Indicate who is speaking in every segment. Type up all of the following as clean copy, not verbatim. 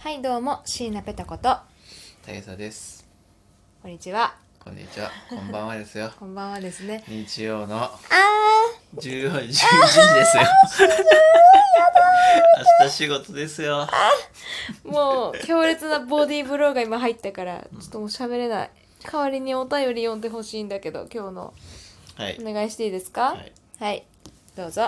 Speaker 1: はいどうも椎名ペタこと
Speaker 2: 大佐です。
Speaker 1: こんにちは。
Speaker 2: こんにちは。こんばんはですよ。
Speaker 1: こんばんはですね。
Speaker 2: 日曜の
Speaker 1: あ
Speaker 2: 10時ですよ。明日仕事ですよ。
Speaker 1: ーもう強烈なボディーブローが今入ったからちょっともう喋れない。代わりにお便り読んでほしいんだけど今日の
Speaker 2: はい。
Speaker 1: お願いしていいですか？
Speaker 2: はい。
Speaker 1: はいどうぞ。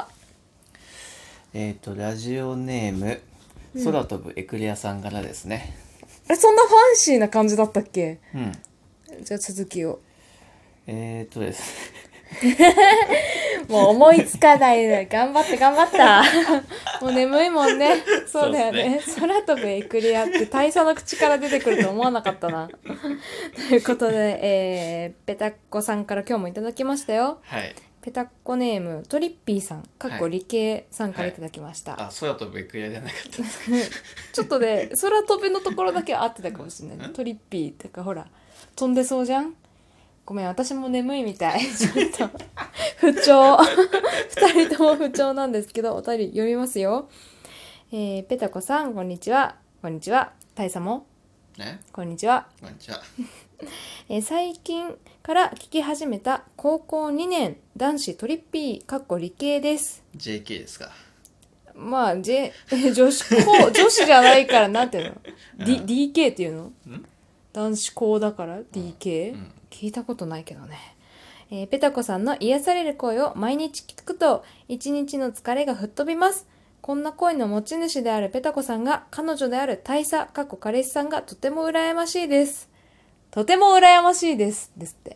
Speaker 2: ラジオネーム、空飛ぶエクレアさんからですね。
Speaker 1: そんなファンシーな感じだったっけ？
Speaker 2: うん。
Speaker 1: じゃあ続きを。
Speaker 2: です
Speaker 1: もう思いつかないね。頑張ったもう眠いもんね。そうだよね。空飛ぶエクレアって大佐の口から出てくると思わなかったな。ということで、ペタッコさんから今日もいただきましたよ。
Speaker 2: はい。
Speaker 1: ペタッコネームトリッピーさん理系さんからいただきました、
Speaker 2: あ、空飛ぶエクレアじゃなかったですか。
Speaker 1: ちょっとね空飛びのところだけは合ってたかもしれない。トリッピーってかほら飛んでそうじゃん。ごめん私も眠いみたいちょっと不調二人とも不調なんですけどお便り読みますよ。ペタコさんこんにちは。こんにちは。大佐も
Speaker 2: ね。
Speaker 1: こんにちは。
Speaker 2: こんにちは。
Speaker 1: 最近から聞き始めた高校2年男子トリッピー理系です。
Speaker 2: JK ですか。
Speaker 1: まあ、女子じゃないからなんていうの、DK っていうの？男子校だから DK？、聞いたことないけどね。ペタコさんの癒される声を毎日聞くと一日の疲れが吹っ飛びます。こんな声の持ち主であるペタコさんが彼女である大佐彼氏さんがとても羨ましいです。とても羨ましいですですって。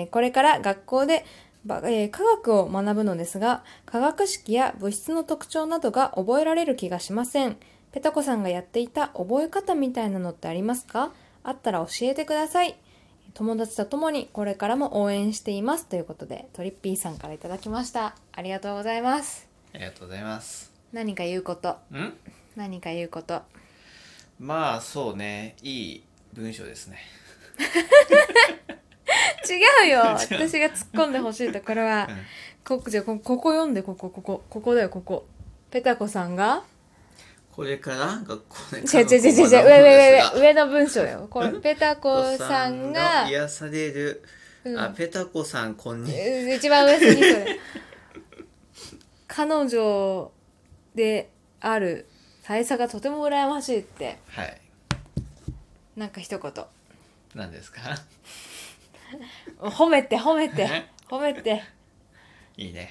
Speaker 1: これから学校で科学を学ぶのですが、化学式や物質の特徴などが覚えられる気がしません。ペタコさんがやっていた覚え方みたいなのってありますか？あったら教えてください。友達と共にこれからも応援していますということでトリッピーさんからいただきました。ありがとうございます。
Speaker 2: ありがとうございます。
Speaker 1: 何か言うこと何か言うこと。
Speaker 2: まあ、そうね。いい文章ですね。
Speaker 1: 違うよ私が突っ込んでほしいところは、じゃあここ読んでここだよここ。ペタコさんが
Speaker 2: これから学校で
Speaker 1: 違う上の文章よ。これペタコさんが
Speaker 2: 癒される、ペタコさんこんにちは。
Speaker 1: 一番上にそれ彼女である大佐がとても羨ましいって。
Speaker 2: はい。
Speaker 1: なんか一言
Speaker 2: 何ですか？
Speaker 1: 褒めて
Speaker 2: いいね。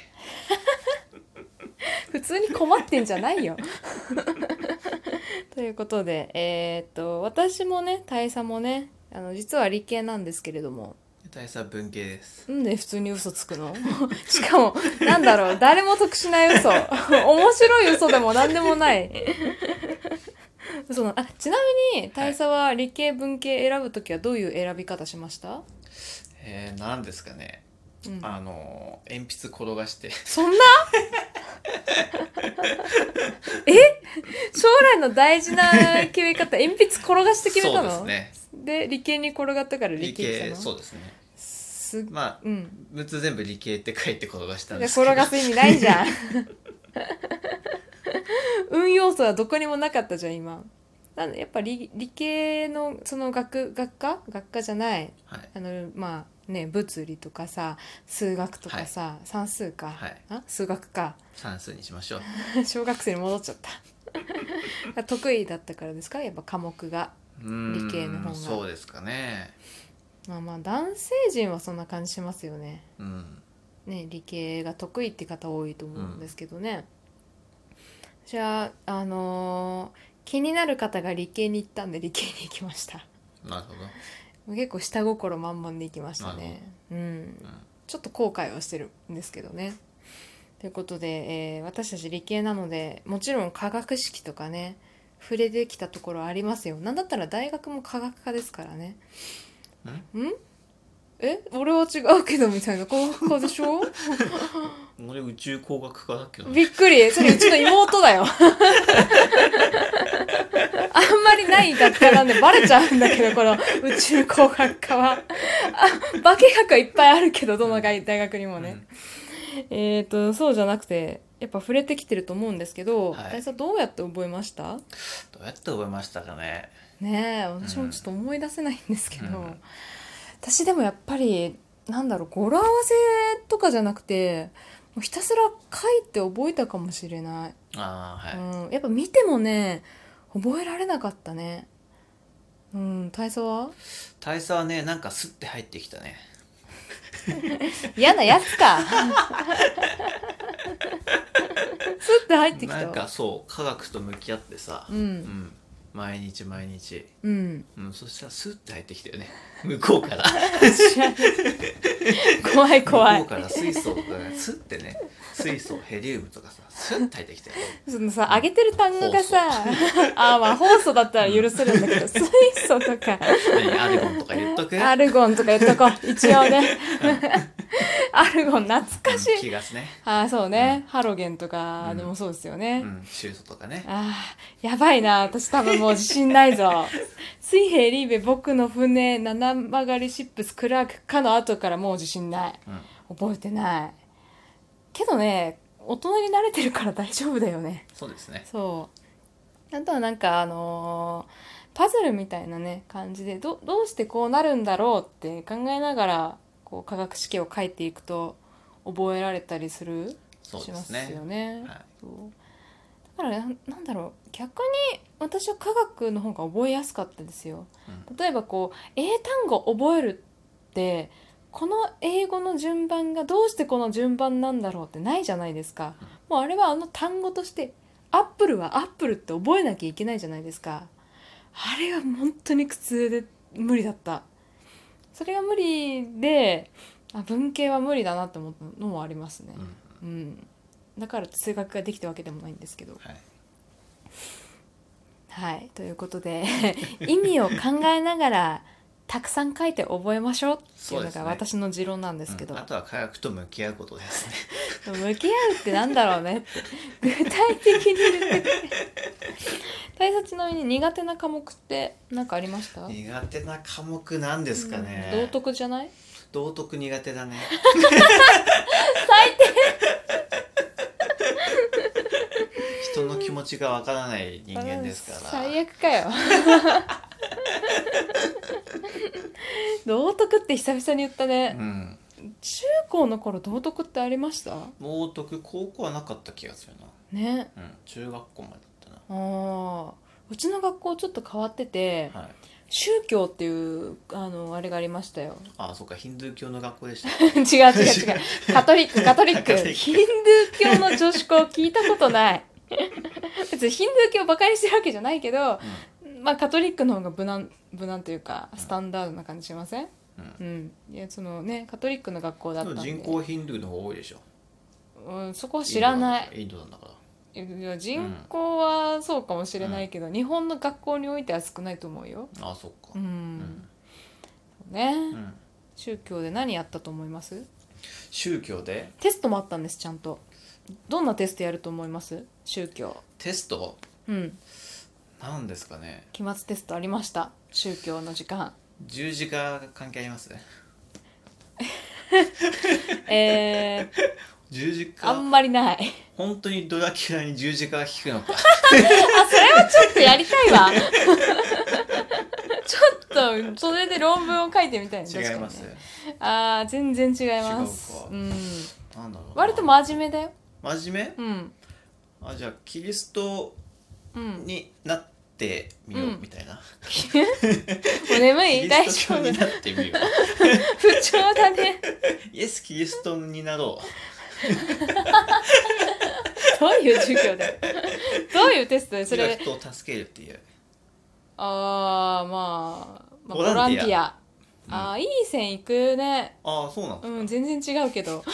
Speaker 1: 普通に困ってんじゃないよということで私もね大佐もね実は理系なんですけれども。
Speaker 2: 大佐文系です。
Speaker 1: なんで普通に嘘つくのしかもなんだろう誰も得しない嘘面白い嘘でもなんでもないちなみに大佐は理系文系選ぶときはどういう選び方しました？
Speaker 2: 何ですかね、鉛筆転がして
Speaker 1: そんな将来の大事な決め方鉛筆転がして決めたの？
Speaker 2: そうですね。
Speaker 1: で理系に転がったから理系来たの？
Speaker 2: そうですね。
Speaker 1: まあ
Speaker 2: 6つ全部理系って書いて転がしたんですけど。
Speaker 1: 転がす意味ないじゃん運要素はどこにもなかったじゃん今。なんでやっぱ理系のその学科じゃない、
Speaker 2: はい、
Speaker 1: まあね物理とかさ数学とかさ、算数か、数学か
Speaker 2: 算数にしましょ
Speaker 1: う小学生に戻っちゃった得意だったからですか？やっぱ科目が理系の方が。
Speaker 2: そうですかね。
Speaker 1: まあ男性陣はそんな感じしますよね。ね理系が得意って方多いと思うんですけどね。じゃあ気になる方が理系に行ったんで理系に行きました。
Speaker 2: なるほ
Speaker 1: ど。結構下心満々で行きましたね。ちょっと後悔はしてるんですけどね。ということで、私たち理系なのでもちろん化学式とかね触れてきたところありますよ。なんだったら大学も化学科ですからね。俺は違うけどみたいな化学科でしょ
Speaker 2: 俺宇宙工学科だけど、
Speaker 1: びっくり。それうちの妹だよあんまりない学科なんでバレちゃうんだけどこの宇宙工学科は化学はいっぱいあるけどどの大学にもね、そうじゃなくてやっぱ触れてきてると思うんですけど、
Speaker 2: はい
Speaker 1: 大佐どうやって覚えました？
Speaker 2: どうやって覚えましたかね。
Speaker 1: ねえ、私もちょっと思い出せないんですけど、
Speaker 2: うん
Speaker 1: 私でもやっぱりなんだろう、語呂合わせとかじゃなくてもうひたすら書いて覚えたかもしれない、
Speaker 2: ああはい、
Speaker 1: やっぱ見てもね覚えられなかったね。体操は
Speaker 2: 大佐はねなんかスッて入ってきたね。
Speaker 1: 嫌なやつかスッて入ってきた。
Speaker 2: なんかそう科学と向き合ってさ、
Speaker 1: うん
Speaker 2: 毎日毎日、
Speaker 1: うん
Speaker 2: そしたらスッて入ってきたよね向こうから
Speaker 1: 知らない怖い怖い。
Speaker 2: 向こうから水素とかねスッてね、水素ヘリウムとかさスッて入ってきたよね。
Speaker 1: そのさ、上げてる単語がさ、まあ酵素だったら許せるんだけど、水素とか、
Speaker 2: 何アルゴンとか言っとく。
Speaker 1: アルゴンとか言っとこう。一応ね。アルゴン懐かしい。
Speaker 2: 気ガスね。
Speaker 1: そうね、ハロゲンとかでもそうですよね。
Speaker 2: 水素とかね。
Speaker 1: やばいな。私多分もう自信ないぞ。水平リーベ、僕の船、七曲がりシップス、クラークかの後からもう自信ない。覚えてない。けどね、大人に慣れてるから大丈夫だよね。
Speaker 2: そうですね。
Speaker 1: そう。あとはなんかパズルみたいなね感じでどうしてこうなるんだろうって考えながらこう科学式を書いていくと覚えられたりする
Speaker 2: そう
Speaker 1: します
Speaker 2: ですね。
Speaker 1: よね。
Speaker 2: はい、
Speaker 1: そうだからなんだろう、逆に私は科学の方が覚えやすかったですよ。例えばこう英単語覚えるってこの英語の順番がどうしてこの順番なんだろうってないじゃないですか。もうあれは単語としてアップルはアップルって覚えなきゃいけないじゃないですか。あれは本当に苦痛で無理だった。それが無理で文系は無理だなって思ったのもありますね。だから数学ができたわけでもないんですけど。はい、ということで意味を考えながらたくさん書いて覚えましょうっていうのが私の持論なんですけど、
Speaker 2: あとは科学と向き合うことですね
Speaker 1: 向き合うってなんだろうねって具体的に言ってくれ大佐、ちなみに苦手な科目って何かありました？
Speaker 2: 苦手な科目なんですかね。
Speaker 1: 道徳じゃない？
Speaker 2: 道徳苦手だね
Speaker 1: 最低
Speaker 2: 人の気持ちがわからない人間ですから。
Speaker 1: 最悪かよ道徳って久々に言ったね。中高の頃道徳ってありました？
Speaker 2: 道徳高校はなかった気がするな。
Speaker 1: ね。
Speaker 2: 中学校までだったな。
Speaker 1: うちの学校ちょっと変わってて、宗教っていうあれがありましたよ。
Speaker 2: そうか、ヒンドゥー教の学校でした
Speaker 1: 違うカトリックヒンドゥー教の女子校聞いたことない別にヒンドゥー教をバカにしてるわけじゃないけど、カトリックの方が無難というかスタンダードな感じしません？いやそのね、カトリックの学校だったんで。
Speaker 2: 人口ヒンドゥーの方が多いでしょ。
Speaker 1: そこは知らない。
Speaker 2: インドなんだから。
Speaker 1: いや人口はそうかもしれないけど、日本の学校においては少ないと思うよ。
Speaker 2: そっか。
Speaker 1: ね、宗教で何やったと思います？
Speaker 2: 宗教で
Speaker 1: テストもあったんです。ちゃんと。どんなテストやると思います？宗教
Speaker 2: テスト？なんですかね。
Speaker 1: 期末テストありました。宗教の時間。
Speaker 2: 十字架関係あります？十字架
Speaker 1: あんまりない。
Speaker 2: 本当にドラキュラに十字架が効くのか
Speaker 1: それはちょっとやりたいわちょっとそれで論文を書いてみたい。
Speaker 2: 違います。
Speaker 1: 全然違います。
Speaker 2: なんだろう。
Speaker 1: 割と真面目だよ。
Speaker 2: 真面目？じゃあキリストになってみようみたいな。も
Speaker 1: う眠い？大丈夫？
Speaker 2: キリストになってみよう
Speaker 1: 不調だね。
Speaker 2: イエスキリストになろう
Speaker 1: どういう授業だよどういうテストでそれ？
Speaker 2: 人を助けるっていう。
Speaker 1: ボランティア。いい線いくね。
Speaker 2: そうなんですか。
Speaker 1: 全然違うけど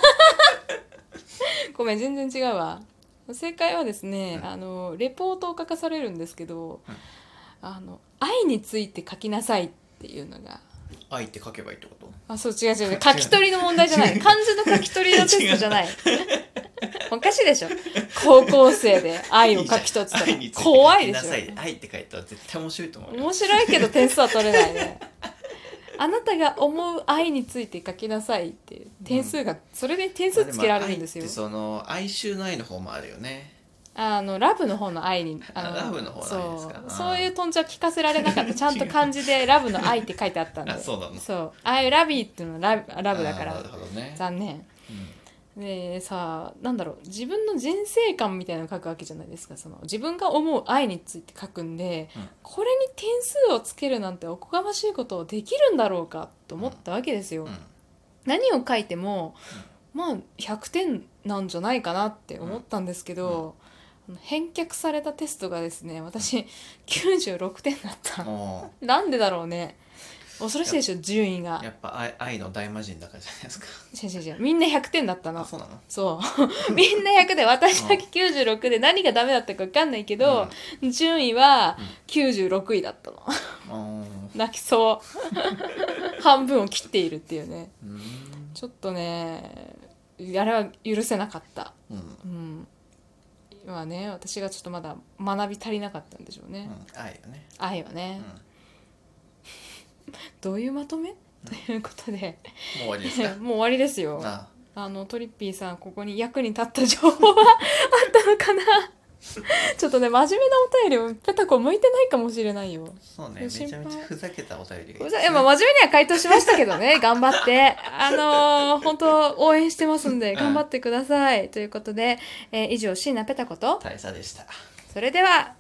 Speaker 1: ごめん、全然違うわ。正解はですね、レポートを書かされるんですけど、愛について書きなさいっていうのが。
Speaker 2: 愛って書けばいいってこと？
Speaker 1: そう、違う書き取りの問題じゃない漢字の書き取りのテストじゃないおかしいでしょ。高校生で愛を書き取ってたら怖いでしょ。
Speaker 2: 愛って書いたら絶対面白いと思う。
Speaker 1: 面白いけど点数は取れないねあなたが思う愛について書きなさいって点数が、それで点数つけられるんですよ。
Speaker 2: 愛ってその哀愁の愛の方もあるよね。
Speaker 1: ラブの方の愛に
Speaker 2: ラブの方の愛ですか。
Speaker 1: そういうとんちゃ聞かせられなかった。ちゃんと漢字でラブの愛って書いてあったんで。
Speaker 2: そうなの。
Speaker 1: そう I love you っていうのはラブだから。
Speaker 2: なるほどね。
Speaker 1: 残念。でさ、なんだろう、自分の人生観みたいなのを書くわけじゃないですか。その自分が思う愛について書くんで、これに点数をつけるなんておこがましいことをできるんだろうかと思ったわけですよ。何を書いても、まあ100点なんじゃないかなって思ったんですけど、返却されたテストがですね、私96点だった。なんでだろうね。恐ろしいでしょ、順位が。
Speaker 2: やっぱ愛の大魔神だからじゃないですか。
Speaker 1: 違うみんな100点だったの。
Speaker 2: そうなの。
Speaker 1: そうみんな100で、私だけ96で何がダメだったか分かんないけど、順位は96位だったの。泣きそう半分を切っているっていうね。ちょっとね、あれは許せなかった。今ね、私がちょっとまだ学び足りなかったんでしょうね。
Speaker 2: 愛よね。
Speaker 1: 愛はね。どういうまとめということで、
Speaker 2: もう終わりですか。
Speaker 1: もう終わりですよ。トリッピーさん、ここに役に立った情報はあったのかなちょっとね、真面目なお便りをペタコ向いてないかもしれないよ。
Speaker 2: そうね、めちゃめちゃふざけたお便りがいい、
Speaker 1: 真面目には回答しましたけどね頑張って本当応援してますんで頑張ってください、ということで、以上椎名ペタコと
Speaker 2: 大佐でした。
Speaker 1: それでは